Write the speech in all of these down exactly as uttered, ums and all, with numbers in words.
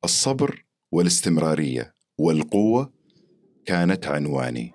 الصبر والاستمرارية والقوة كانت عنواني.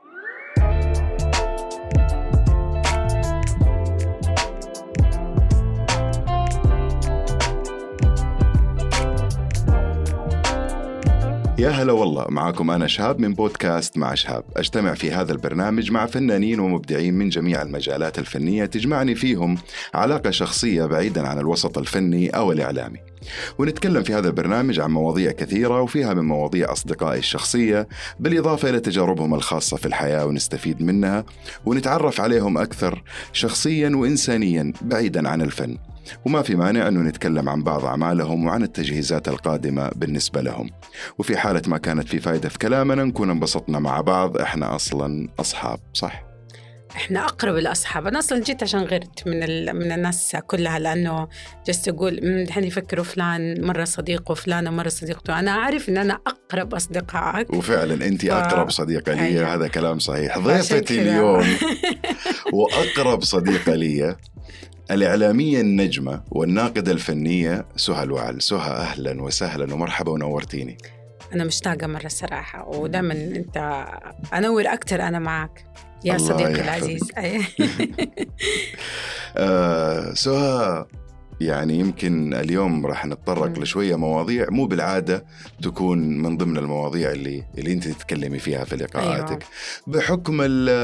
يا هلا والله، معاكم أنا شهاب من بودكاست مع شهاب. أجتمع في هذا البرنامج مع فنانين ومبدعين من جميع المجالات الفنية تجمعني فيهم علاقة شخصية بعيدا عن الوسط الفني أو الإعلامي، ونتكلم في هذا البرنامج عن مواضيع كثيرة، وفيها من مواضيع أصدقائي الشخصية بالإضافة إلى تجاربهم الخاصة في الحياة، ونستفيد منها ونتعرف عليهم أكثر شخصيا وإنسانيا بعيدا عن الفن. وما في مانع أنه نتكلم عن بعض أعمالهم وعن التجهيزات القادمة بالنسبة لهم، وفي حالة ما كانت في فايدة في كلامنا نكون انبسطنا مع بعض. إحنا أصلا أصحاب، صح؟ إحنا أقرب الأصحاب. أنا أصلا جيت عشان غيرت من من الناس كلها، لأنه جست أقول دحين يفكروا فلان مرة صديق وفلانة مرة صديقته. أنا أعرف إن أنا أقرب أصدقائك، وفعلا أنت ف... أقرب صديقة لي. أيوة. هذا كلام صحيح. ضيفتي اليوم وأقرب صديقة لي الإعلامية النجمة والناقدة الفنية سهى الوعل. سهى، أهلا وسهلا ومرحبا ونورتيني. أنا مشتاقة مرة الصراحة، ودائما أنت أنور أكتر أنا معك يا صديقي العزيز. آه سهى، يعني يمكن اليوم راح نتطرق لشوية مواضيع مو بالعادة تكون من ضمن المواضيع اللي اللي أنت تتكلمي فيها في لقاءاتك. أيوة. بحكم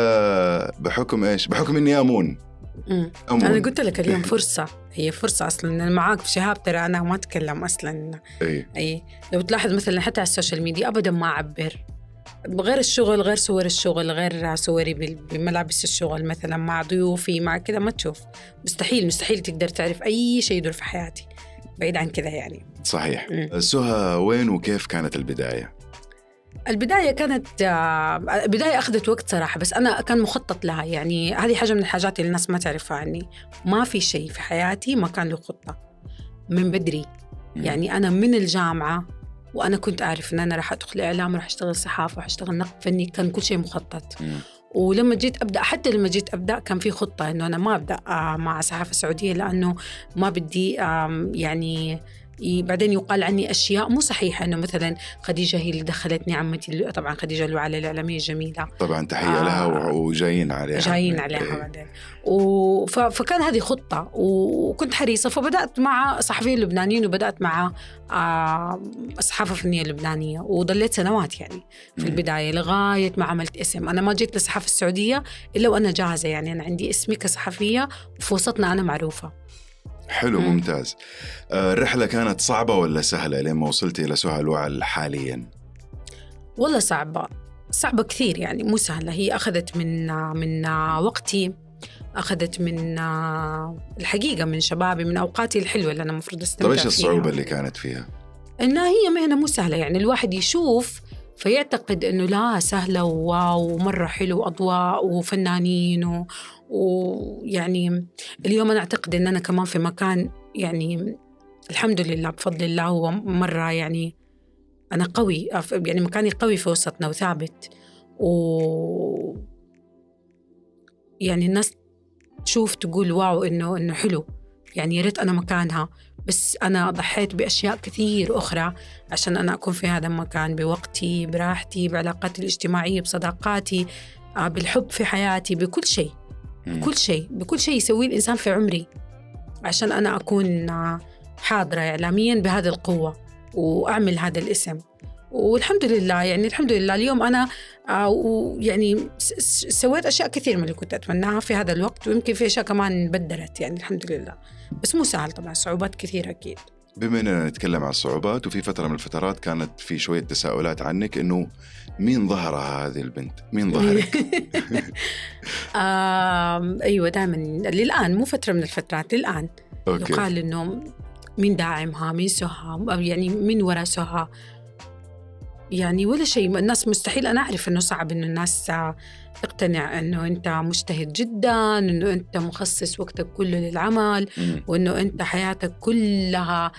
بحكم إيش؟ بحكم إني أمون. أمون. أنا قلت لك اليوم فرصة، هي فرصة أصلاً. أنا معاك في شهاب، ترى أنا ما أتكلم أصلاً. أي. أي لو تلاحظ مثلاً حتى على السوشيال ميديا أبداً ما أعبر، غير الشغل، غير صور الشغل، غير صوري بملابس الشغل مثلاً مع ضيوفي مع كذا، ما تشوف. مستحيل مستحيل تقدر تعرف أي شيء يدور في حياتي بعيد عن كذا يعني. صحيح. سهى، وين وكيف كانت البداية؟ البداية كانت بداية أخذت وقت صراحة، بس أنا كان مخطط لها. يعني هذه حاجة من الحاجات اللي الناس ما تعرفها عني. ما في شيء في حياتي ما كان له خطة من بدري. يعني أنا من الجامعة وأنا كنت أعرف أن أنا راح أدخل إعلام، راح أشتغل صحافة، راح أشتغل نقد فني. كان كل شيء مخطط. ولما جيت أبدأ، حتى لما جيت أبدأ كان في خطة إنه أنا ما أبدأ مع صحافة سعودية، لأنه ما بدي يعني بعدين يقال عني أشياء مو صحيحة، إنه مثلا خديجة هي اللي دخلتني، عمتي طبعا خديجة الوعلى الإعلامية الجميلة، طبعا تحية آه لها وجايين عليها جايين عليها بعدين. فكان هذه خطة وكنت حريصة. فبدأت مع صحفيين لبنانيين وبدأت مع آه صحافة فنية لبنانية، وضليت سنوات يعني في البداية لغاية ما عملت اسم. أنا ما جيت للصحافة السعودية إلا وأنا جاهزة، يعني أنا عندي اسمي كصحفية وفي وسطنا أنا معروفة. حلو. مم. ممتاز. الرحلة كانت صعبة ولا سهلة لما وصلتي إلى سهى الوعل حالياً؟ والله صعبة، صعبة كثير يعني، مو سهلة. هي أخذت من من وقتي، أخذت من الحقيقة من شبابي، من أوقاتي الحلوة اللي أنا مفروض استمتع فيها. طيب إيش الصعوبة اللي كانت فيها؟ إنها هي مهنة مو سهلة. يعني الواحد يشوف فيعتقد إنه لا سهلة وواو ومرة حلو وأضواء وفنانين، ويعني اليوم أنا أعتقد إن أنا كمان في مكان يعني الحمد لله بفضل الله هو مرة يعني أنا قوي، يعني مكاني قوي في وسطنا وثابت، و يعني الناس تشوف تقول واو إنه إنه حلو. يعني يا ريت أنا مكانها، بس أنا ضحيت بأشياء كثير أخرى عشان أنا أكون في هذا المكان، بوقتي، براحتي، بعلاقاتي الاجتماعية، بصداقاتي، بالحب في حياتي، بكل شيء بكل شيء بكل شيء يسويه الإنسان في عمري عشان أنا أكون حاضرة إعلاميا بهذه القوة وأعمل هذا الاسم. والحمد لله يعني الحمد لله اليوم أنا يعني سويت أشياء كثير من اللي كنت أتمناها في هذا الوقت، ويمكن في أشياء كمان بدرت يعني الحمد لله، بس مو سهل طبعا، صعوبات كثيرة أكيد. بما أننا نتكلم عن الصعوبات، وفي فترة من الفترات كانت في شوية تساؤلات عنك إنه مين ظهرها هذه البنت؟ مين ظهرك؟ أيوة دائما للآن، مو فترة من الفترات، للآن يقال إنه مين داعمها، مين سهى، يعني مين وراء سهى، يعني ولا شيء. الناس مستحيل، أنا أعرف إنه صعب إنه الناس تقتنع إنه أنت مجتهد جدا، إنه أنت مخصص وقتك كله للعمل، وإنه أنت حياتك كلها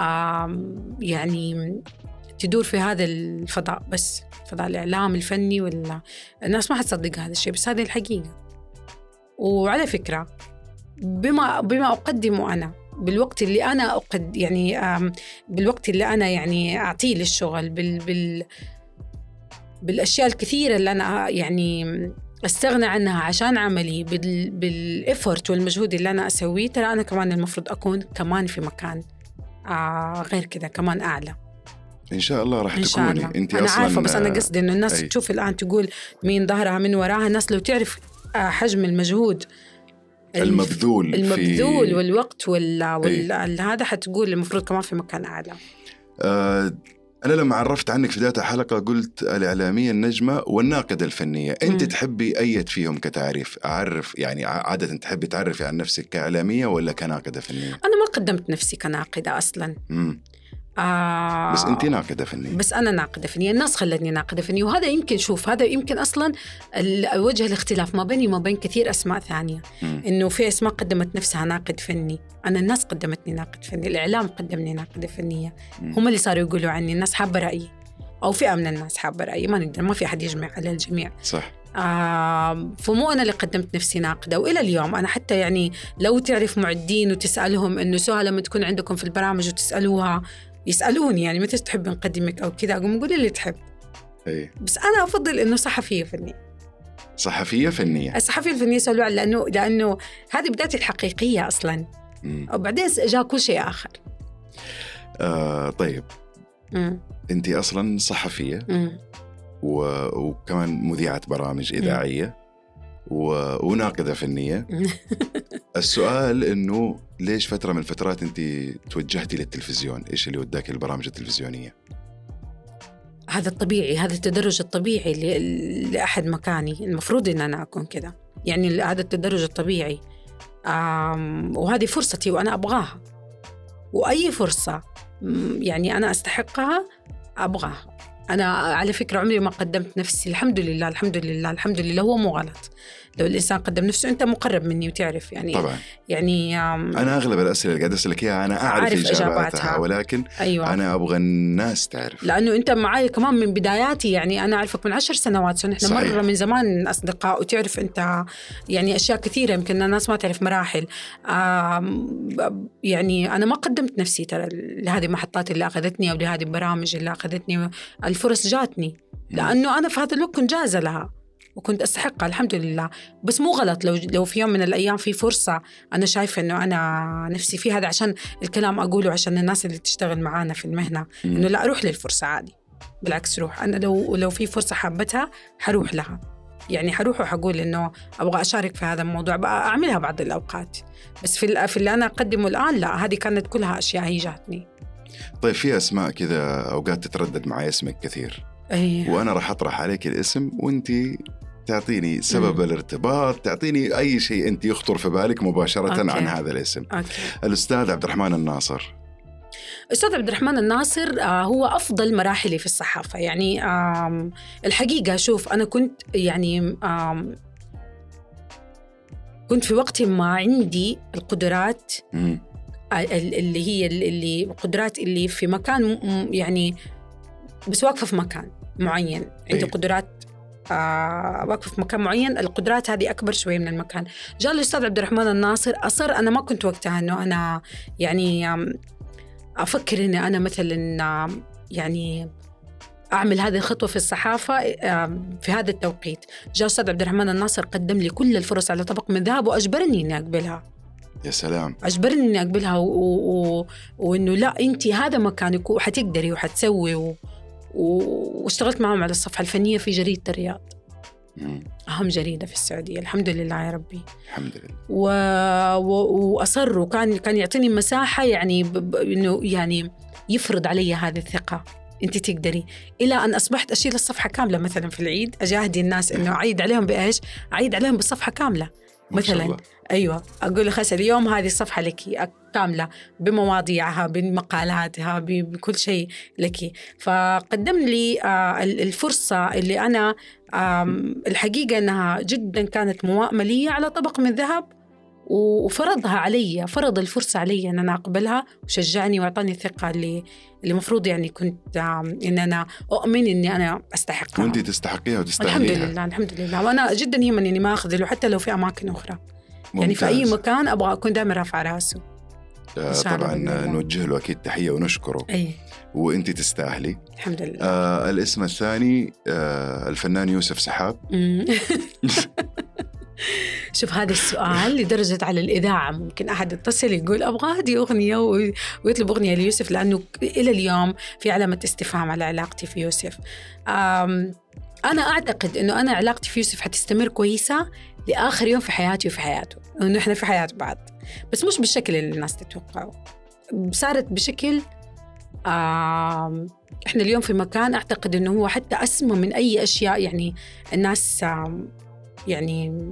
يعني تدور في هذا الفضاء، بس فضاء الإعلام الفني. ولا الناس ما حتصدق هذا الشيء، بس هذه الحقيقة. وعلى فكرة بما بما أقدمه أنا بالوقت اللي أنا أقد يعني بالوقت اللي أنا يعني أعطيه للشغل بال بال بالأشياء الكثيرة اللي أنا يعني أستغنى عنها عشان عملي، بال بالإفورت والمجهود اللي أنا أسويه، ترى أنا كمان المفروض أكون كمان في مكان آه غير كذا كمان أعلى إن شاء الله راح تكوني أنت أنا أصلاً. عارفة، بس أنا قصدي إنه الناس أي. تشوف الآن تقول مين ظهرها من وراها، الناس لو تعرف حجم المجهود المبذول المبذول في... والوقت ولا ولا هذا، حتقول المفروض كمان في مكان أعلى. أه أنا لما عرفت عنك في بداية الحلقة قلت الإعلامية النجمة والناقدة الفنية، أنت م. تحبي أي فيهم كتعريف؟ أعرف يعني عادة تحبي تعرفي عن نفسك كإعلامية ولا كناقدة فنية؟ أنا ما قدمت نفسي كناقدة أصلاً. م. آه بس أنت ناقدة فنية. بس أنا ناقدة فنية، الناس خلتني ناقدة فنية، وهذا يمكن شوف هذا يمكن أصلاً وجه الاختلاف ما بيني وما بين كثير أسماء ثانية. م. إنه في أسماء قدمت نفسها ناقد فني، أنا الناس قدمتني ناقد فني، الإعلام قدمني ناقدة فنية. م. هم اللي صاروا يقولوا عني، الناس حابة رأيي أو فئة من الناس حابة رأيي، ما نقدر، ما في أحد يجمع على الجميع. صح. آه فمو أنا اللي قدمت نفسي ناقدة، وإلى اليوم أنا حتى يعني لو تعرف معدين وتسألهم إنه سؤال لما تكون عندكم في البرامج وتسألوها يسألوني يعني متى تحب نقدمك أو كذا، أقوم أقول اللي تحب. أي. بس أنا أفضل إنه صحفية فنية. صحفية فنية. الصحفية الفنية سألوا لأنه لأنه هذه بدايتي الحقيقية أصلاً. م. وبعدين جاء كل شيء آخر. آه طيب. م. أنتي أصلاً صحفية و... وكمان مذيعة برامج إذاعية م. و... وناقدة فنية. السؤال إنه ليش فترة من الفترات أنت توجهتي للتلفزيون؟ إيش اللي وداك البرامج التلفزيونية؟ هذا الطبيعي، هذا التدرج الطبيعي لأحد مكاني، المفروض إن أنا أكون كذا، يعني هذا التدرج الطبيعي. وهذه فرصتي وأنا أبغاها، وأي فرصة يعني أنا أستحقها أبغاها. أنا على فكرة عمري ما قدمت نفسي، الحمد لله الحمد لله الحمد لله، هو مو غلط لو الإنسان قدم نفسه، أنت مقرب مني وتعرف يعني. طبعا. يعني أنا أغلب الأسئلة اللي قاعد أسألك إياها أنا أعرف, أعرف إجاباتها، ولكن أيوة. أنا أبغى الناس تعرف، لأنه أنت معاي كمان من بداياتي، يعني أنا أعرفك من عشر سنوات، سنة إحنا مرة من زمان أصدقاء، وتعرف أنت يعني أشياء كثيرة يمكن الناس ما تعرف مراحل. يعني أنا ما قدمت نفسي ترى لهذه المحطات اللي أخذتني أو لهذه البرامج اللي أخذتني، الفرص جاتني لأنه أنا في هذا الوقت كنت جاهزة لها وكنت أستحقها الحمد لله. بس مو غلط لو لو في يوم من الأيام في فرصة أنا شايفة إنه أنا نفسي فيها، هذا عشان الكلام أقوله عشان الناس اللي تشتغل معانا في المهنة، إنه لا أروح للفرصة عادي، بالعكس روح. أنا لو لو في فرصة حابتها حروح لها، يعني حروح وحقول إنه أبغى أشارك في هذا الموضوع، بقى أعملها بعض الأوقات. بس في في اللي أنا أقدمه الآن لا، هذه كانت كلها أشياء هي جاتني. طيب في أسماء كذا أوقات تتردد معي اسمك كثير. أيه. وأنا راح أطرح عليك الاسم وأنتي تعطيني سبب مم. الارتباط، تعطيني أي شيء أنت يخطر في بالك مباشرة أوكي. عن هذا الاسم. أوكي. الأستاذ عبد الرحمن الناصر. الأستاذ عبد الرحمن الناصر هو أفضل مراحلي في الصحافة، يعني الحقيقة شوف أنا كنت يعني كنت في وقت ما عندي القدرات مم. اللي هي اللي القدرات اللي في مكان يعني بس واقفة في مكان معين، عندي قدرات آه واقفة في مكان معين، القدرات هذه أكبر شوي من المكان. جاء الأستاذ عبد الرحمن الناصر أصر، أنا ما كنت وقتها أنه أنا يعني أفكر أني أنا مثلا يعني أعمل هذه الخطوة في الصحافة في هذا التوقيت. جاء الأستاذ عبد الرحمن الناصر قدم لي كل الفرص على طبق من ذهب وأجبرني أني أقبلها. يا سلام. أجبرني أني أقبلها و... و... وإنه لا أنتي هذا مكانك وحتقدري وحتسوي و... واشتغلت معهم على الصفحة الفنية في جريدة الرياض. مم. أهم جريدة في السعودية الحمد لله يا ربي. الحمد لله. و... و... وأصر وكان كان يعطيني مساحة يعني ب... ب... إنه يعني يفرض علي هذه الثقة، أنت تقدري، إلى أن أصبحت أشيل الصفحة كاملة مثلا في العيد، أجاهد الناس إنه أعيد عليهم بإيش؟ أعيد عليهم بالصفحة كاملة مثلا. أيوة أقول خلاص اليوم هذه الصفحة لك كاملة بمواضيعها بمقالاتها بكل شيء لك. فقدم لي الفرصة اللي أنا الحقيقة أنها جدا كانت موائمة لي على طبق من ذهب، وفرضها علي، فرض الفرصة علي أن أنا أقبلها، وشجعني وأعطاني الثقة اللي اللي مفروض يعني كنت إن أنا أؤمن إني أنا أستحقها. وأنتي تستحقيها وتستاهليها. الحمد لله الحمد لله. وأنا جدا يهمني إني ما أخذ له حتى لو في أماكن أخرى. ممتاز. يعني في أي مكان أبغى أكون دائما رافعة راسه. طبعا نوجه له أكيد تحية ونشكره. أي. وأنت تستاهلي الحمد لله. آه الاسم الثاني آه الفنان يوسف سحاب. شوف هذا السؤال لدرجة على الإذاعة ممكن أحد يتصل يقول أبغى هذه أغنية ويطلب أغنية ليوسف، لأنه إلى اليوم في علامة استفهام على علاقتي في يوسف. أنا أعتقد أنه أنا علاقتي في يوسف حتستمر كويسة لآخر يوم في حياتي وفي حياته، أنه إحنا في حياة بعض، بس مش بالشكل اللي الناس تتوقعه. صارت بشكل آه إحنا اليوم في مكان أعتقد أنه هو حتى أسمى من أي أشياء يعني الناس آه يعني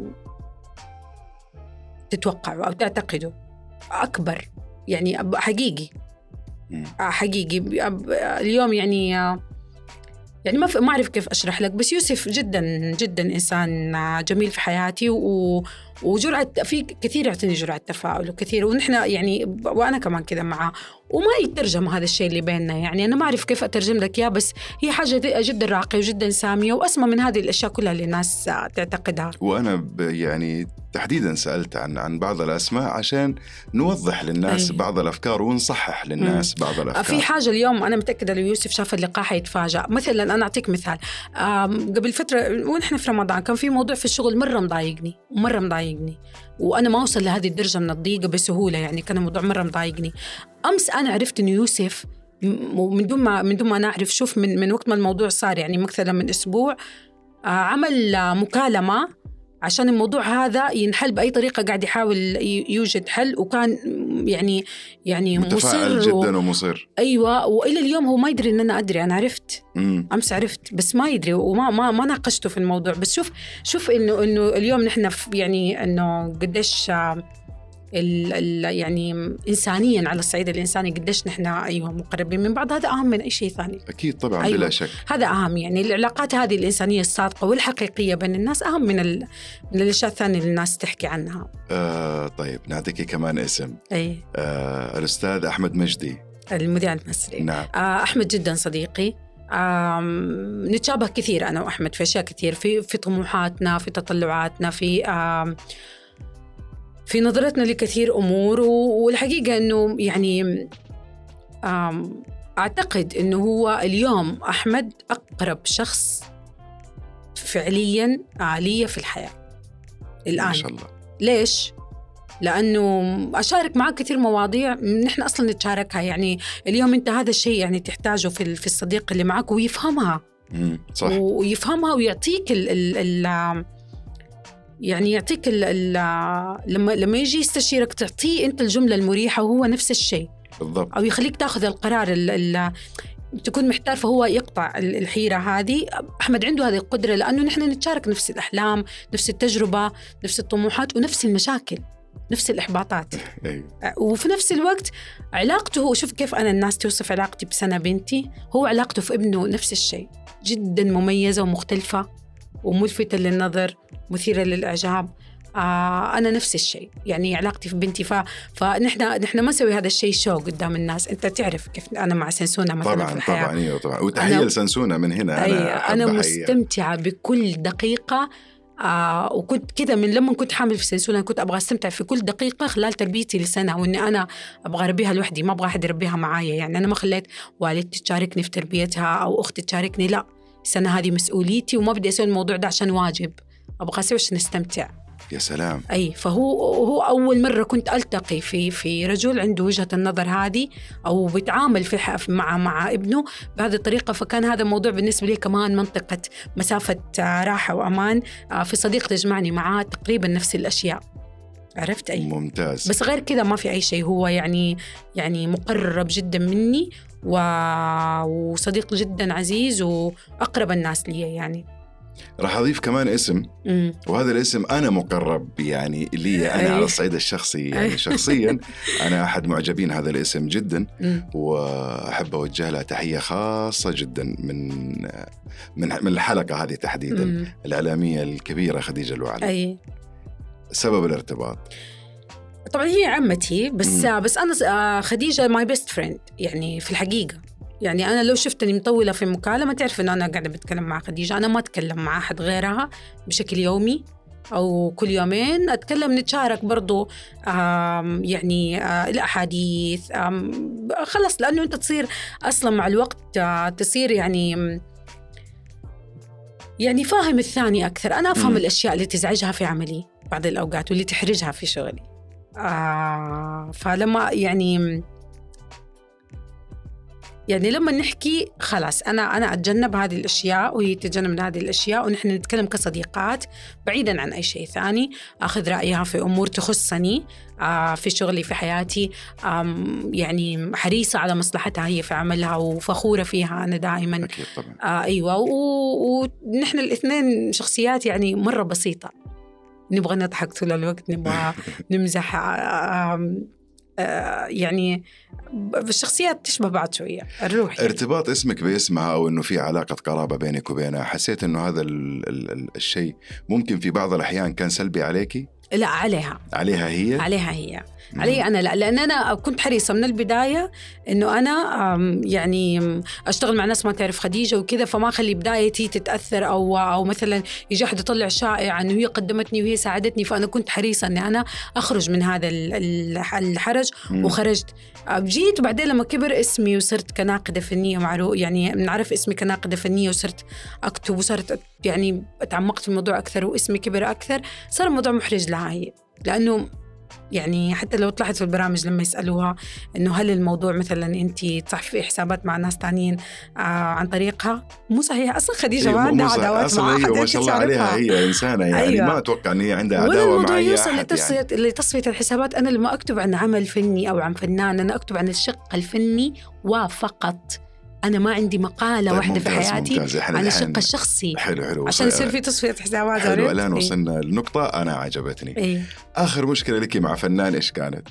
تتوقعوا أو تعتقدوا. أكبر يعني حقيقي حقيقي اليوم يعني يعني ما ما أعرف كيف أشرح لك، بس يوسف جدا جدا إنسان جميل في حياتي، و وجرعة في كثير يعطيني جرعة تفاؤل وكثير، ونحن يعني وأنا كمان كذا معه، وما يترجم هذا الشيء اللي بيننا. يعني أنا ما أعرف كيف أترجم لك إياه، بس هي حاجة جدا راقية وجدا سامية وأسمى من هذه الأشياء كلها اللي الناس تعتقدها. وأنا يعني تحديدا سألت عن عن بعض الأسماء عشان نوضح للناس أي. بعض الأفكار ونصحح للناس مم. بعض الأفكار. في حاجة اليوم أنا متأكدة لو يوسف شاف اللقاء حيتفاجأ. مثلا أنا أعطيك مثال، قبل فترة ونحن في رمضان كان في موضوع في الشغل مرة مضايقني ومرة مضايقني، وأنا ما أوصل لهذه الدرجة من الضيقة بسهولة، يعني كان الموضوع مرة مضايقني. أمس أنا عرفت إنه يوسف من دون ما من دون ما نعرف، شوف من من وقت ما الموضوع صار يعني مثلا من أسبوع عمل مكالمة عشان الموضوع هذا ينحل بأي طريقة، قاعد يحاول يوجد حل، وكان يعني يعني متفاعل مصر جدا ومصر. أيوة، وإلى اليوم هو ما يدري إن أنا أدري. أنا عرفت مم. أمس عرفت بس ما يدري، وما ما ما ناقشته في الموضوع. بس شوف شوف إنه إنه اليوم نحن يعني إنه قديش ال ال يعني إنسانيا على الصعيد الإنساني قديش نحن أيوة مقربين من بعض. هذا أهم من أي شيء ثاني. أكيد طبعا أيوة. بلا شك هذا أهم، يعني العلاقات هذه الإنسانية الصادقة والحقيقية بين الناس أهم من ال من الأشياء الثانية اللي الناس تحكي عنها. آه طيب نعطيكي كمان اسم. أي. آه الأستاذ أحمد مجدي المذيع المصري. نعم. آه أحمد جدا صديقي، نتشابه كثير أنا وأحمد في أشياء كثير، في في طموحاتنا، في تطلعاتنا، في في نظرتنا لكثير أمور. والحقيقة أنه يعني أعتقد أنه هو اليوم أحمد أقرب شخص فعليا عالية في الحياة الآن. ما شاء الله. ليش؟ لأنه أشارك معك كثير مواضيع نحن أصلا نتشاركها. يعني اليوم أنت هذا الشيء يعني تحتاجه في في الصديق اللي معك، ويفهمها صح. ويفهمها ويعطيك ال ال ال يعني يعطيك ال ال لما لما يجي يستشيرك تعطيه أنت الجملة المريحة، وهو نفس الشيء بالضبط. أو يخليك تأخذ القرار ال ال تكون محتار، فهو يقطع الحيرة هذه. أحمد عنده هذه القدرة، لأنه نحن نتشارك نفس الأحلام، نفس التجربة، نفس الطموحات، ونفس المشاكل، نفس الإحباطات. وفي نفس الوقت علاقته، شوف كيف أنا الناس توصف علاقتي بسنة بنتي، هو علاقته في ابنه نفس الشيء، جدا مميزة ومختلفة وملفتة للنظر، مثيرة للإعجاب. آه أنا نفس الشيء، يعني علاقتي في بنتي. ف... فنحن نحن ما نسوي هذا الشيء شو قدام الناس. أنت تعرف كيف أنا مع سنسونة مثلا طبعا في الحياة. طبعا أيوة طبعا. وتحية أنا... لسنسونة من هنا. أنا, أنا مستمتعة بكل دقيقة. آه وكنت كذا من لما كنت حامل في سنسونة كنت أبغى أستمتع في كل دقيقة خلال تربيتي لسنة، وإني أنا أبغى أربيها لوحدي، ما أبغى أحد يربيها معايا. يعني أنا ما خليت والدتي تشاركني في تربيتها أو أختي تشاركني، لا، السنة هذه مسؤوليتي، وما بدي أسوي الموضوع ده عشان واجب، أبغى أسوي عشان نستمتع. يا سلام. أي فهو هو أول مرة كنت ألتقي في في رجل عنده وجهة النظر هذه، أو بيتعامل في مع مع ابنه بهذه الطريقة. فكان هذا الموضوع بالنسبة لي كمان منطقة مسافة راحة وأمان. في صديق تجمعني معاه تقريبا نفس الأشياء. عرفت؟ أي ممتاز. بس غير كذا ما في أي شيء. هو يعني يعني مقرب جدا مني، وصديق جدا عزيز وأقرب الناس لي. يعني راح أضيف كمان اسم، مم. وهذا الاسم أنا مقرب يعني لي أنا على الصعيد الشخصي. يعني شخصيا أنا أحد معجبين هذا الاسم جدا، وأحب أوجه له تحية خاصة جدا من من من الحلقة هذه تحديدا، مم. الإعلامية الكبيرة خديجة الوعلي. أي. سبب الارتباط طبعا هي عمتي، بس مم. بس أنا خديجة ماي بيست فريند يعني في الحقيقة. يعني أنا لو شفتني مطولة في مكالمة تعرف إن أنا قاعدة بتكلم مع خديجة. أنا ما أتكلم مع أحد غيرها بشكل يومي، أو كل يومين أتكلم، نتشارك برضو يعني الأحاديث خلص، لأنه أنت تصير أصلا مع الوقت تصير يعني يعني فاهم الثاني أكثر. أنا أفهم م. الأشياء اللي تزعجها في عملي بعض الأوقات واللي تحرجها في شغلي. آه فلما يعني يعني لما نحكي خلاص أنا أنا أتجنب هذه الأشياء وهي تتجنب هذه الأشياء، ونحن نتكلم كصديقات بعيداً عن أي شيء ثاني. أخذ رأيها في أمور تخصني آه في شغلي في حياتي، يعني حريصة على مصلحتها هي في عملها وفخورة فيها أنا دائماً. أكيد طبعاً. آه أيوة، ونحن الاثنين شخصيات يعني مرة بسيطة، نبغى نضحك طول الوقت، نبغى نمزح، آه آه يعني الشخصيات تشبه بعض شوية. الروح يعني. ارتباط اسمك باسمها أو إنه في علاقة قرابة بينك وبينها، حسيت إنه هذا ال ال الشيء ممكن في بعض الأحيان كان سلبي عليكي؟ لا، عليها عليها هي عليها هي علي أنا، لا، لأن أنا كنت حريصة من البداية إنه أنا يعني أشتغل مع ناس ما تعرف خديجة وكذا، فما أخلي بدايتي تتأثر أو أو مثلا يجي أحد يطلع شائع إنه هي قدمتني وهي ساعدتني. فأنا كنت حريصة إني أنا أخرج من هذا الحرج وخرجت. جيت بعدين لما كبر اسمي وصرت كناقدة فنية معروف، يعني نعرف اسمي كناقدة فنية، وصرت أكتب وصرت يعني تعمقت في الموضوع أكثر واسمي كبر أكثر، صار الموضوع محرج لها هي. لأنه يعني حتى لو طلعت في البرامج لما يسألوها إنه هل الموضوع مثلا أنت تصحفي حسابات مع ناس تانيين آه عن طريقها، مو صحيح. أصلا خديجة ما عندها عداوات مع أحد، ما شاء الله عليها، هي إنسانة يعني أيوة. ما أتوقع أن هي عندها عداوة مع أي أحد. لتصفية يعني. لتصفية الحسابات، أنا لما أكتب عن عمل فني أو عن فنان أنا أكتب عن الشق الفني وفقط. أنا ما عندي مقالة واحدة في حياتي عن الشق الشخصي. حلو حلو عشان يصير في تصفية حسابات. حلو. الآن وصلنا لنقطة أنا عجبتني. إيه؟ آخر مشكلة لك مع فنان إيش كانت؟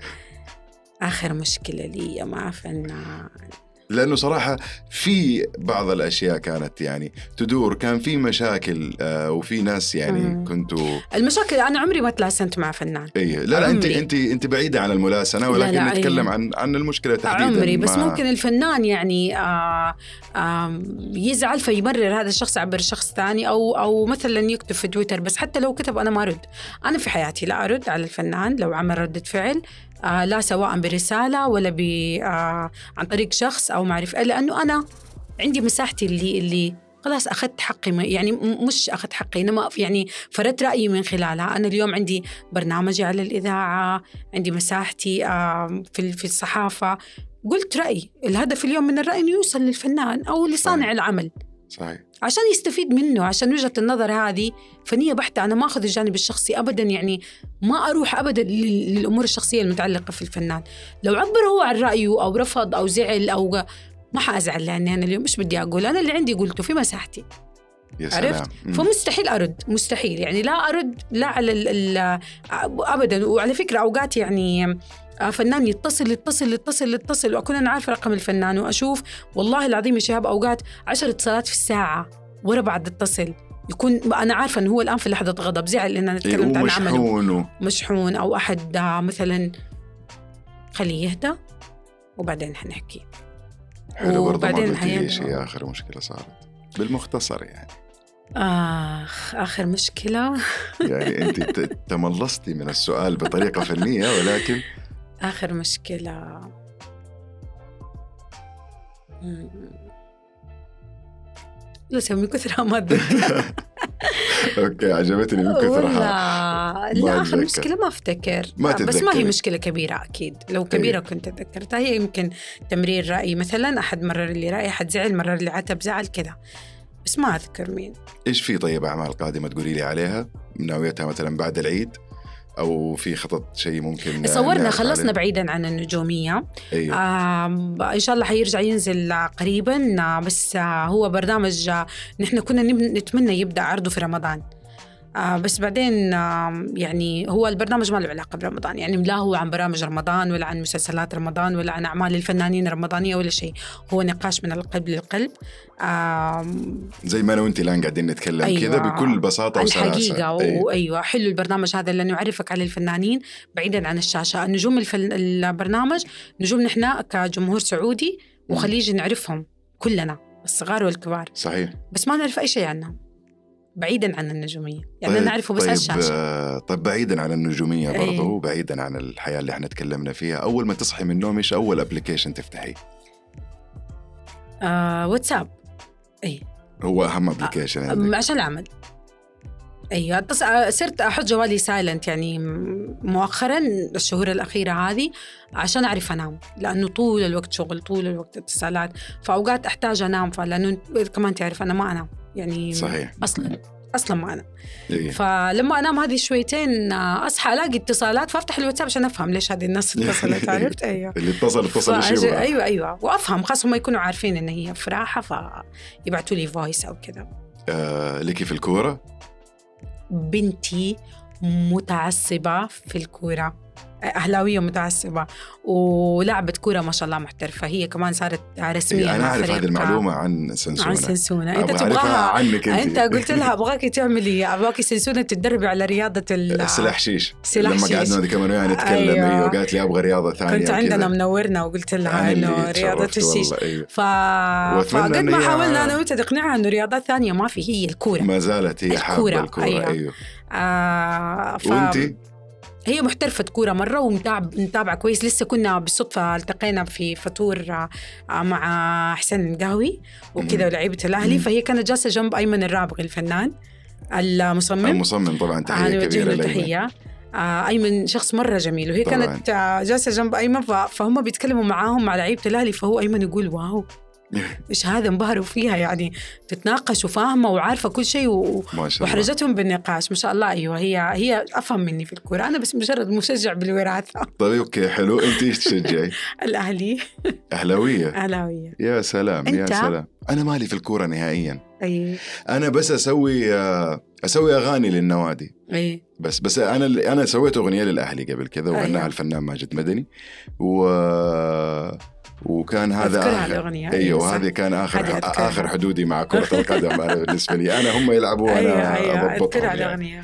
آخر مشكلة لي مع فنان، لأنه صراحة في بعض الأشياء كانت يعني تدور، كان في مشاكل آه وفي ناس يعني مم. كنتوا المشاكل. أنا عمري ما تلاسنت مع فنان. إيه لا لا أنت أنت أنت بعيدة عن الملاسنة، ولكن لا لا نتكلم أيه. عن عن المشكلة تحديدا. عمري بس ممكن الفنان يعني آه آه يزعل فيمرر هذا الشخص عبر شخص ثاني، أو أو مثلا يكتب في تويتر، بس حتى لو كتب أنا ما أرد. أنا في حياتي لا أرد على الفنان لو عمل ردة فعل، آه لا سواء برسالة ولا ب آه عن طريق شخص أو معرفة، لأنه أنا عندي مساحتي اللي اللي خلاص أخذت حقي، يعني مش أخذت حقي إنما يعني فرضت رأيي من خلالها. أنا اليوم عندي برنامجي على الإذاعة، عندي مساحتي آه في في الصحافة، قلت رأيي. الهدف اليوم من الرأي إنه يوصل للفنان أو لصانع العمل، صحيح، عشان يستفيد منه، عشان وجهة النظر هذه فنية بحتة. أنا ما أخذ الجانب الشخصي أبدا، يعني ما أروح أبدا للأمور الشخصية المتعلقة في الفنان. لو عبر هو عن رأيه أو رفض أو زعل أو ما حأزعل، لأني أنا اليوم مش بدي أقول، أنا اللي عندي قلته في مساحتي. عرفت؟ فمستحيل أرد، مستحيل يعني لا أرد لا على ال ال أبدا. وعلى فكرة أوقات يعني فنان يتصل يتصل يتصل يتصل وأكون أنا عارفة رقم الفنان، وأشوف والله العظيم يا شباب أوقات عشر اتصالات في الساعة ورا بعض اتصل، يكون أنا عارفة أنه هو الآن في لحظة غضب، زعل لأن أنا تكلمت عن عمله مشحون أو أحد مثلا، خليه يهدى وبعدين حنحكي. حلو. برضه ما قلتي شيء آخر مشكلة صارت بالمختصر يعني. آخ آخر مشكلة يعني أنت تملصتي من السؤال بطريقة فنية، ولكن آخر مشكلة لسه من كثرها ما أتذكر. أوكي، عجبتني من كثرها. لا لا آخر مشكلة ما أفتكر، ما بس ما هي مشكلة كبيرة أكيد. لو كبيرة أيه. كنت أتذكرتها. هي يمكن تمرير رأي مثلا، أحد مرر لي رأي، أحد زعل، مرر لي عتب زعل كذا، بس ما أذكر مين. إيش في طيب أعمال قادمة تقولي لي عليها ناويتها مثلا بعد العيد، أو في خطط شيء ممكن؟ صورنا خلصنا عليه. بعيدا عن النجومية. أيوه. آه إن شاء الله حيرجع ينزل قريبا، آه بس آه هو برنامج آه نحن كنا نتمنى يبدأ عرضه في رمضان، آه بس بعدين آه يعني هو البرنامج ما له علاقة برمضان، يعني لا هو عن برامج رمضان ولا عن مسلسلات رمضان ولا عن أعمال الفنانين الرمضانية ولا شيء. هو نقاش من القلب للقلب، آه زي ما أنا وأنت الآن قاعدين نتكلم. أيوة. كذا بكل بساطة وسلاسة. الحقيقة. أيوة. وأيوة حلو البرنامج هذا لأنه يعرفك على الفنانين بعيدا عن الشاشة. النجوم الفن... البرنامج نجوم نحن كجمهور سعودي وخليجي نعرفهم كلنا، الصغار والكبار. صحيح. بس ما نعرف أي شيء عنهم، بعيدا عن النجومية يعني طيب أنا أعرفه بس طيب هالشاشة. آه، طيب بعيدا عن النجومية برضه أي. وبعيدا عن الحياة اللي احنا تكلمنا فيها، أول ما تصحي من النوم إيش أول أبليكيشن تفتحيه؟ آه، واتساب. أي هو أهم أبليكيشن آه، عندك؟ عشان العمل. أيوة تص... صرت أحط جوالي سايلنت يعني مؤخرا الشهور الأخيرة هذه عشان أعرف أنام، لأنه طول الوقت شغل، طول الوقت اتصالات، فأوقات أحتاج أنام، فلأنه كمان تعرف أنا ما أنام يعني صحيح. أصلا أصلا ما أنام. إيه. فلما أنام هذه شويتين أصحى ألاقي اتصالات فأفتح الواتساب عشان أفهم ليش هذه الناس اتصلت. عرفت؟ أيوة اللي اتصل اتصل فأج... شيء. أيوة أيوة وأفهم، خاصة هم يكونوا عارفين إن هي في راحة فيبعتوا لي فويس أو كذا. آه، لكي في الكورة؟ بنتي متعصبة في الكورة، أهلاوية متعصبة ولعبت كورة ما شاء الله محترفة، هي كمان صارت رسمية. أنا أعرف هذه المعلومة عن سنسونة. عن سنسونة أنت تبغاها عنك أنت. أنت قلت لها أبغاكي تعملي أبغاكي سنسونة تدربي على رياضة السلاح شيش. سلاح لما قعدنا ذيك كمان يعني نتكلم أيوة. أيوة قالت لي أبغى رياضة ثانية. كنت عندنا منورنا وقلت لها إنه رياضة الشيش. أيوة. ف... فقد ما حاولنا أنا وأنت تقنعها إنه رياضات ثانية ما في، هي الكورة ما زالت هي حابة الكورة. أيوة, أيوة. آه ف... وأنتي؟ هي محترفة كورة مرة ومتابعة كويس. لسه كنا بالصدفة التقينا في فطور مع حسين القهوي وكذا ولعيبة الأهلي، فهي كانت جالسة جنب أيمن الرابغي الفنان المصمم. المصمم طبعا تحية كبيرة لأيمن. آه أيمن شخص مرة جميل، وهي طبعاً. كانت جالسة جنب أيمن فهم بيتكلموا معاهم مع لعيبة الأهلي، فهو أيمن يقول واو إيش هذا، انبهروا فيها يعني تتناقش وفاهمة وعارفة كل شيء و... وحرجتهم بالنقاش ما شاء الله. أيوة هي هي أفهم مني في الكورة، أنا بس مجرد مشجع بالوراثة. طيب أوكي حلو. أنت إيش تشجعي؟ الأهلي. أهلاوية؟ أهلاوية. يا سلام يا سلام. أنا مالي في الكورة نهائيا. أي. أنا بس أسوي أسوي أغاني للنوادي. أي. بس بس أنا أنا سويت أغنية للأهلي قبل كذا وغناها الفنان ماجد مدني و وكان هذا آخر. أيوة وهذه كان آخر آخر حدودي مع كرة القدم. أنا بالنسبة لي أنا هم يلعبوا أنا أيوة أيوة أضبطهم يعني.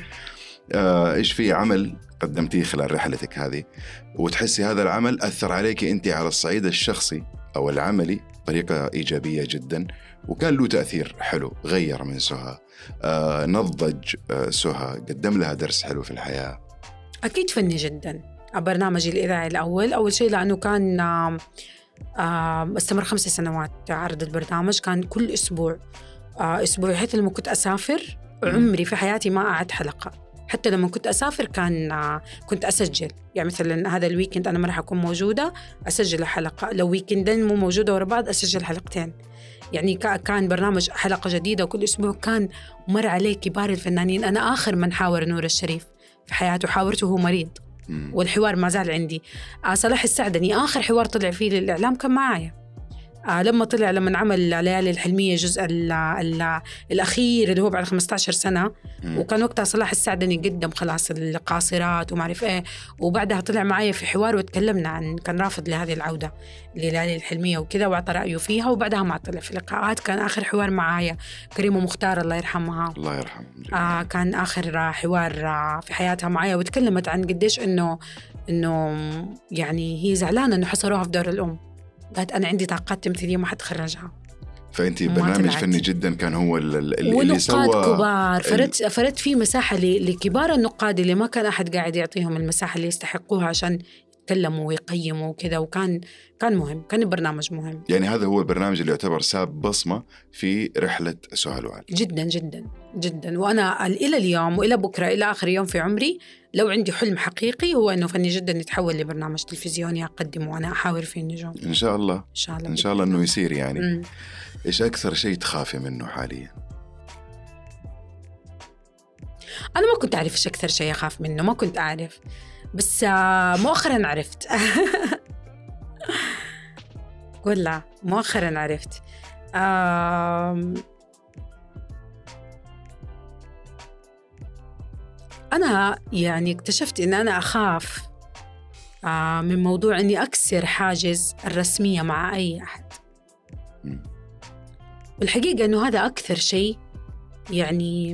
آه إيش في عمل قدمتيه خلال رحلتك هذه وتحسي هذا العمل أثر عليك أنت على الصعيد الشخصي أو العملي بطريقة إيجابية جدا وكان له تأثير حلو غير من سهى، آه نضج آه سهى، قدم لها درس حلو في الحياة؟ أكيد فني جدا. برنامجي الإذاعي الأول أول شيء لأنه كان آه آه استمر خمس سنوات عرض البرنامج، كان كل أسبوع آه أسبوع، حتى لما كنت أسافر عمري في حياتي ما أعد حلقة. حتى لما كنت أسافر كان آه كنت أسجل، يعني مثلا هذا الويكند أنا ما راح أكون موجودة أسجل حلقة، لو ويكندين مو موجودة ورا بعض أسجل حلقتين. يعني كان برنامج حلقة جديدة وكل أسبوع. كان مر عليه كبار الفنانين. أنا آخر من حاور نور الشريف في حياته، حاورته هو مريض والحوار ما زال عندي. آه صلاح السعدني آخر حوار طلع فيه للإعلام كان معايا. آه لما طلع لما عمل ليالي الحلمية جزء ال ال الأخير اللي هو بعد خمسة عشر سنة م. وكان وقتها صلاح السعدني قدم خلاص القاصرات وما عارف إيه، وبعدها طلع معايا في حوار وتكلمنا عن كان رافض لهذه العودة لليالي الحلمية وكذا وعطى رأيه فيها، وبعدها ما طلع في لقاءات. كان آخر حوار معايا كريمة مختار الله يرحمها، الله يرحمها. آه كان آخر حوار في حياتها معايا، وتكلمت عن قديش إنه إنه يعني هي زعلانة إنه حصروها في دور الأم. قالت أنا عندي طاقات تمثيلية ما حد خرجها. فأنتي برنامج فني جدا كان هو اللي سوى ونقاد كبار فرت فرت فيه مساحة لكبار النقاد اللي ما كان أحد قاعد يعطيهم المساحة اللي يستحقوها عشان يتكلموا ويقيموا وكذا، وكان كان مهم، كان برنامج مهم. يعني هذا هو البرنامج اللي يعتبر ساب بصمة في رحلة سهى الوعد. جدا جدا جدا. وأنا إلى اليوم وإلى بكرة إلى آخر يوم في عمري لو عندي حلم حقيقي هو إنه فني جدا يتحول لبرنامج تلفزيوني أقدمه وأنا أحاور فيه النجوم. إن شاء الله. إن شاء الله. إن شاء الله إنه يصير يعني. م. إيش أكثر شيء تخافي منه حاليا؟ أنا ما كنت أعرف إيش أكثر شيء أخاف منه، ما كنت أعرف، بس مؤخرا عرفت. ولا مؤخرا عرفت. آم... أنا يعني اكتشفت إن أنا أخاف آه من موضوع إني أكسر حاجز الرسمية مع أي أحد. والحقيقة إنه هذا أكثر شيء يعني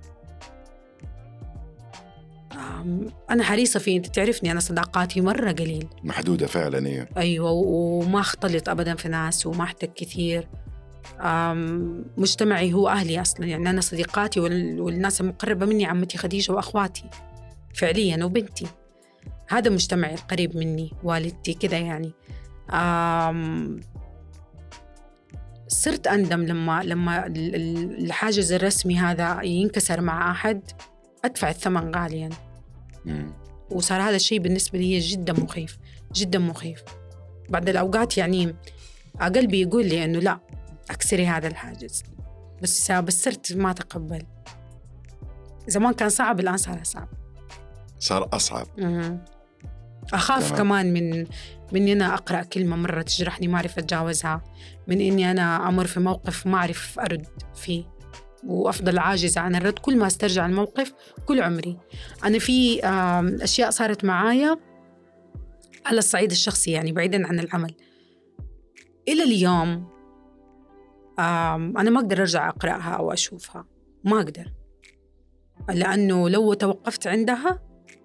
أنا حريصة فيه. أنت تعرفني أنا صداقاتي مرة قليل، محدودة فعلا. إيه. أيوة، وما أختلط أبدا في ناس وما أحتك كثير، مجتمعي هو أهلي أصلا، يعني أنا صديقاتي والناس المقربة مني عمتي خديجة وأخواتي فعليا وبنتي، هذا مجتمعي القريب مني، والدتي كده يعني. صرت أندم لما لما الحاجز الرسمي هذا ينكسر مع أحد، أدفع الثمن غاليا. وصار هذا الشيء بالنسبة لي جدا مخيف جدا مخيف. بعد الأوقات يعني قلبي يقول لي إنه لا أكسري هذا الحاجز، بس بس صرت ما أتقبل. زمان كان صعب، الآن صار صعب، صار أصعب. مم. أخاف تمام. كمان من من أنا أقرأ كلمة مرة تجرحني ما أعرف أتجاوزها، من إني أنا أمر في موقف ما أعرف أرد فيه وأفضل عاجزة عن الرد كل ما استرجع الموقف كل عمري. أنا في أشياء صارت معايا على الصعيد الشخصي يعني بعيداً عن العمل إلى اليوم أنا ما أقدر أرجع أقرأها أو أشوفها، ما أقدر، لأنه لو توقفت عندها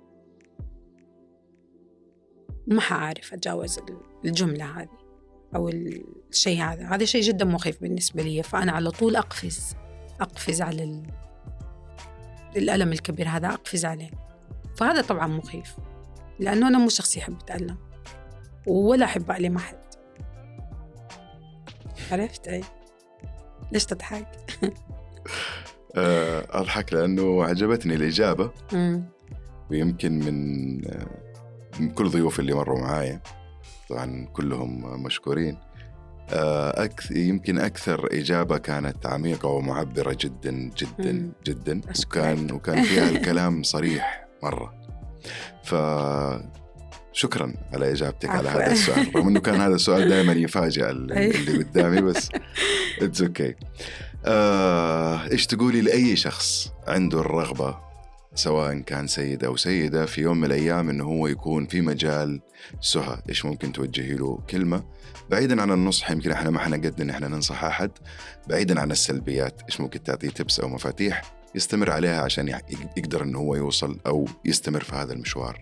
ما حأعرف أتجاوز الجملة هذه أو الشيء هذا. هذا شيء جدا مخيف بالنسبة لي، فأنا على طول أقفز أقفز على ال... الألم الكبير هذا أقفز عليه. فهذا طبعا مخيف، لأنه أنا مو شخص يحب أتألم ولا أحب ألم أحد. عرفت أي؟ ليش تضحك؟ أضحك لأنه عجبتني الإجابة. م. ويمكن من من كل ضيوف اللي مروا معايا طبعا كلهم مشكورين، أكثر يمكن أكثر إجابة كانت عميقة ومعبرة جدا جدا م. جدا، وكان وكان فيها الكلام صريح مرة. فشكرا على إجابتك على هذا السؤال، رغم أنه كان هذا السؤال دائما يفاجئ اللي قدامي، بس it's okay. آه، إيش تقولي لأي شخص عنده الرغبة سواء كان سيد أو سيدة في يوم من الأيام إنه هو يكون في مجال سهى؟ إيش ممكن توجهي له كلمة بعيداً عن النصح؟ يمكن إحنا ما إحنا قد إن إحنا ننصح أحد، بعيداً عن السلبيات، إيش ممكن تعطيه تبس أو مفاتيح يستمر عليها عشان يقدر إنه هو يوصل أو يستمر في هذا المشوار؟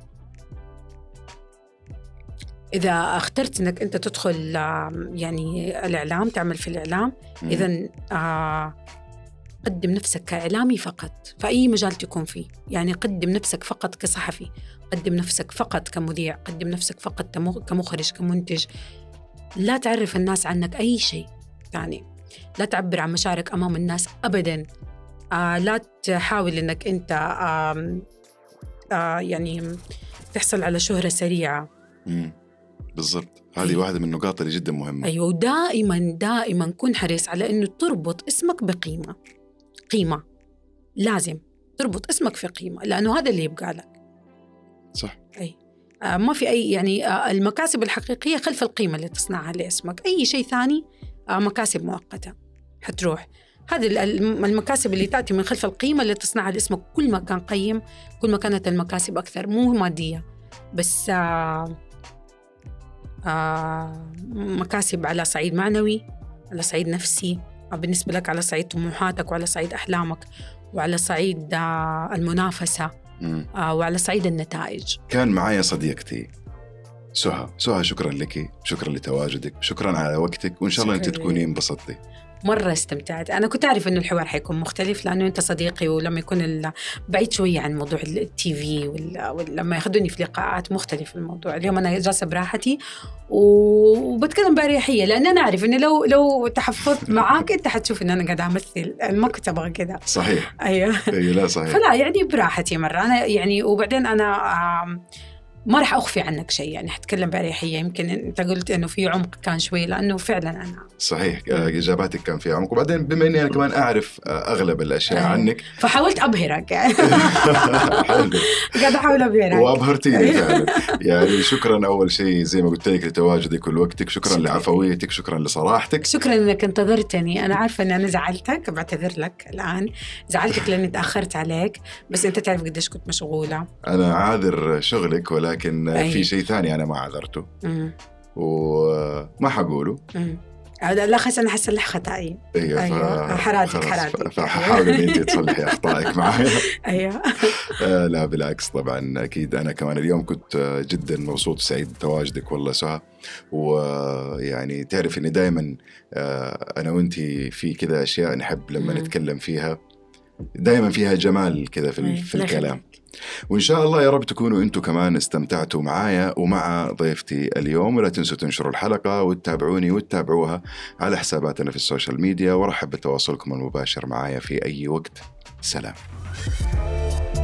إذا اخترت إنك أنت تدخل يعني الإعلام، تعمل في الإعلام، إذن آه قدم نفسك كإعلامي فقط في أي مجال تكون فيه. يعني قدم نفسك فقط كصحفي، قدم نفسك فقط كمذيع، قدم نفسك فقط كمخرج كمنتج. لا تعرف الناس عنك أي شيء ثاني، لا تعبر عن مشاعرك أمام الناس أبدا. آه لا تحاول إنك أنت آه آه يعني تحصل على شهرة سريعة. مم. بالضبط، هذه واحدة من النقاط اللي جدا مهمة. أيوة، ودائما دائما كن حريص على إنه تربط اسمك بقيمة. قيمة لازم تربط اسمك في قيمة، لأنه هذا اللي يبقى لك. صح. أي آه ما في أي يعني آه المكاسب الحقيقية خلف القيمة اللي تصنعها لاسمك. أي شيء ثاني آه مكاسب مؤقتة حتروح. هذه المكاسب اللي تأتي من خلف القيمة اللي تصنعها لاسمك كل ما كان قيم كل ما كانت المكاسب أكثر، مو مادية بس آه آه مكاسب على صعيد معنوي، على صعيد نفسي، بالنسبة لك على صعيد طموحاتك وعلى صعيد أحلامك وعلى صعيد آه المنافسة آه وعلى صعيد النتائج. كان معايا صديقتي سهى. سهى شكرا لك، شكرا لتواجدك، شكرا على وقتك، وإن شاء الله أنت تكوني انبسطتي. مرة استمتعت. أنا كنت أعرف إنه الحوار حيكون مختلف لأنه أنت صديقي، ولما يكون بعيد شوية عن موضوع التي في ولما ياخدوني في لقاءات مختلف الموضوع. اليوم أنا جالسة براحتي وبتكلم بأريحية، لأن أنا أعرف إنه لو لو تحفظت معاك أنت حتشوف إن أنا قاعدة أمثل، ما كنت أبغى كذا. صحيح. أيوة. أيوة لا صحيح. فلا يعني براحتي مرة أنا يعني. وبعدين أنا ما راح أخفي عنك شيء، يعني حتكلم بأريحية. يمكن أنت قلت إنه في عمق كان شوي، لأنه فعلا أنا صحيح إجاباتك كان فيها عمق. وبعدين بما إني أنا كمان أعرف أغلب الأشياء عنك فحاولت أبهرك. قاعد أحاول أبهرك وأبهرتيني فعلا. يعني شكرا أول شيء زي ما قلت لك لتواجدك ولوقتك، شكرا, شكرا لعفويتك، شكرا لصراحتك، شكرا إنك انتظرتني. أنا عارفة إن أنا زعلتك، بعتذر لك الآن، زعلتك لأني تأخرت عليك، بس أنت تعرف قديش كنت مشغولة. أنا عاذر شغلك، ولكن أي. في شيء ثاني أنا ما عذرته مم. وما حقوله. مم. لا خلاص أنا حصلح خطأي. أيوة, أيوة. حراتك حراتك فحاول إن أنت تصلحي أخطائك معي. أيوة. آه لا بالعكس طبعا أكيد. أنا كمان اليوم كنت جدا مبسوط وسعيد بتواجدك والله سهى. ويعني تعرف إني دائما آه أنا وأنتي في كذا أشياء نحب لما نتكلم فيها دائما فيها جمال كذا في, في الكلام. وإن شاء الله يا رب تكونوا أنتوا كمان استمتعتوا معايا ومع ضيفتي اليوم. ولا تنسوا تنشروا الحلقة وتتابعوني وتتابعوها على حساباتنا في السوشيال ميديا. ورحب بتواصلكم المباشر معايا في أي وقت. سلام.